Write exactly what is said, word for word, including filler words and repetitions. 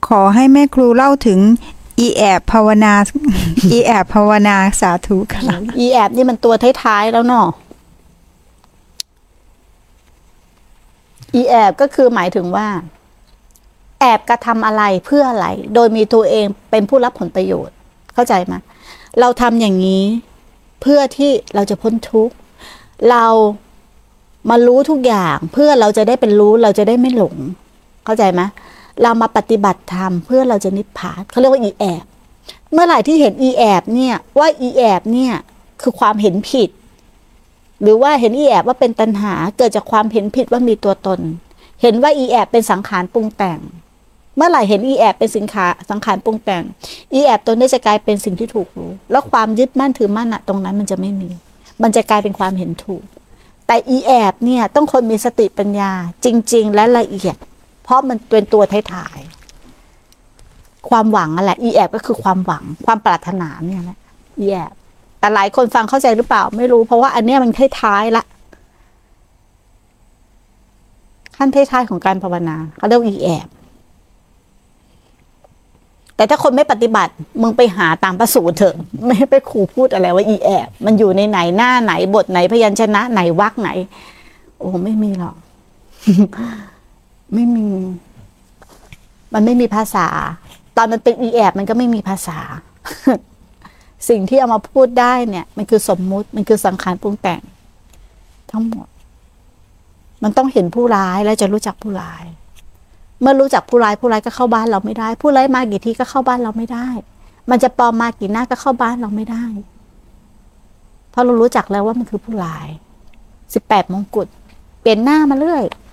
ขอให้แม่ครูเล่าถึงอีแอบภาวนา อีแอบภาวนาสาธุค่ะอีแอบนี่มันตัวท้ายๆแล้วเนาะอีแอบก็คือหมายถึงว่าแอบกระทำอะไรเพื่ออะไรโดยมีตัวเองเป็นผู้รับผลประโยชน์เข้าใจไหมเราทำอย่างนี้เพื่อที่เราจะพ้นทุกข์เรามารู้ทุกอย่างเพื่อเราจะได้เป็นรู้เราจะได้ไม่หลงเข้าใจไหมเรามาปฏิบัติธรรมเพื่อเราจะนิพพานเขาเรียกว่าอีแอบเมื่อไหร่ที่เห็นอีแอบเนี่ยว่าอีแอบเนี่ยคือความเห็นผิดหรือว่าเห็นอีแอบว่าเป็นตัณหาเกิดจากความเห็นผิดว่ามีตัวตนเห็นว่าอีแอบเป็นสังขารปรุงแต่งเมื่อไหร่เห็นอีแอบเป็นสินค้าสังขารปรุงแต่งอีแอบตัวนี้จะกลายเป็นสิ่งที่ถูกรู้แล้วความยึดมั่นถือมั่นอะตรงนั้นมันจะไม่มีมันจะกลายเป็นความเห็นถูกแต่อีแอบเนี่ยต้องคนมีสติปัญญาจริงๆและละเอียดเพราะมันเป็นตัวท้ายๆความหวังอะไรอีแอบก็คือความหวังความปรารถนาเนี่ยแหละอีแอบแต่หลายคนฟังเข้าใจหรือเปล่าไม่รู้เพราะว่าอันเนี้ยมันท้ายๆละขั้นท้ายๆของการภาวนาเขาเรียกอีแอบแต่ถ้าคนไม่ปฏิบัติมึงไปหาตามพระสูตรเถอะไม่ไปครูพูดอะไรว่าอีแอบมันอยู่ในไหนหน้าไหนบทไหนพยัญชนะไหนวรรคไหนโอ้ไม่มีหรอก ไม่มีมันไม่มีภาษาตอนมันเป็นอีแอบมันก็ไม่มีภาษา สิ่งที่เอามาพูดได้เนี่ยมันคือสมมุติมันคือสังขารปรุงแต่งทั้งหมดมันต้องเห็นผู้ร้ายแล้วจะรู้จักผู้ร้ายเมื่อรู้จักผู้ร้ายผู้ร้ายก็เข้าบ้านเราไม่ได้ผู้ร้ายมากี่ทีก็เข้าบ้านเราไม่ได้มันจะปลอมมากี่หน้าก็เข้าบ้านเราไม่ได้เพราะเรารู้จักแล้วว่ามันคือผู้ร้ายสิบแปดมงกุฎเปลี่ยนหน้ามาเรื่อย